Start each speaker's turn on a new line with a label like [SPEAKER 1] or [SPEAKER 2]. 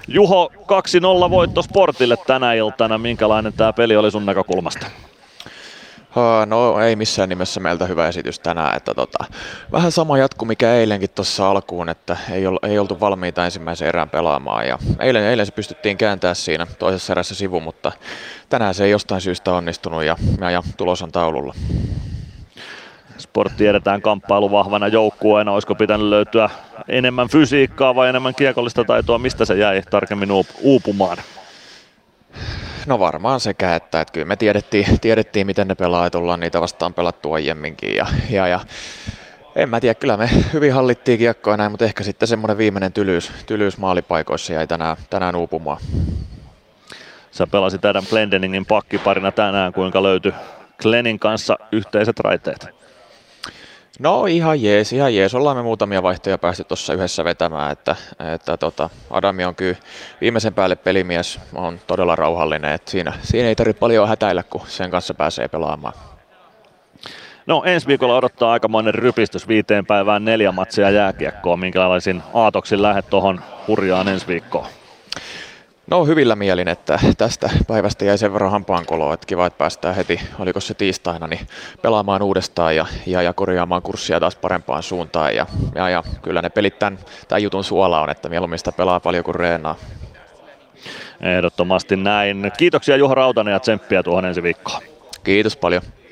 [SPEAKER 1] Juho, 2-0 voitto Sportille tänä iltana. Minkälainen tämä peli oli sun näkökulmasta?
[SPEAKER 2] No ei missään nimessä meiltä hyvä esitys tänään, että vähän sama jatku mikä eilenkin tuossa alkuun, että ei oltu valmiita ensimmäisen erään pelaamaan ja eilen se pystyttiin kääntämään siinä toisessa erässä sivu, mutta tänään se ei jostain syystä onnistunut ja tulos on taululla.
[SPEAKER 1] Sport tiedetään kamppailu vahvana joukkueena, olisiko pitänyt löytyä enemmän fysiikkaa vai enemmän kiekollista taitoa, mistä se jäi tarkemmin uupumaan?
[SPEAKER 2] No varmaan sekä, että kyllä me tiedettiin miten ne pelaa, että ollaan niitä vastaan pelattu aiemminkin ja en mä tiedä, kyllä me hyvin hallittiin kiekkoa näin, mutta ehkä sitten semmoinen viimeinen tylyys maalipaikoissa jäi tänään uupumaan.
[SPEAKER 1] Sä pelasit Adam Glendeningin pakkiparina tänään, kuinka löytyi Glennin kanssa yhteiset raiteet?
[SPEAKER 2] No ihan jees. Ollaan me muutamia vaihtoja päästy tuossa yhdessä vetämään, että Adami on kyllä viimeisen päälle pelimies, on todella rauhallinen, että siinä ei tarvitse paljon hätäillä, kun sen kanssa pääsee pelaamaan.
[SPEAKER 1] No ensi viikolla odottaa aikamoinen rypistys 5 päivään 4 matsia jääkiekkoa. Minkälaisin aatoksin lähdet tuohon hurjaan ensi viikkoon?
[SPEAKER 2] No hyvillä mielin, että tästä päivästä jäi sen verran hampaankoloa, että kiva, että päästään heti, oliko se tiistaina, niin pelaamaan uudestaan ja korjaamaan kurssia taas parempaan suuntaan. Ja kyllä ne pelit tämän jutun suola on, että mieluummin sitä pelaa paljon kuin reenaa.
[SPEAKER 1] Ehdottomasti näin. Kiitoksia Juho Rautanen ja tsemppiä tuohon ensi viikkoon.
[SPEAKER 2] Kiitos paljon.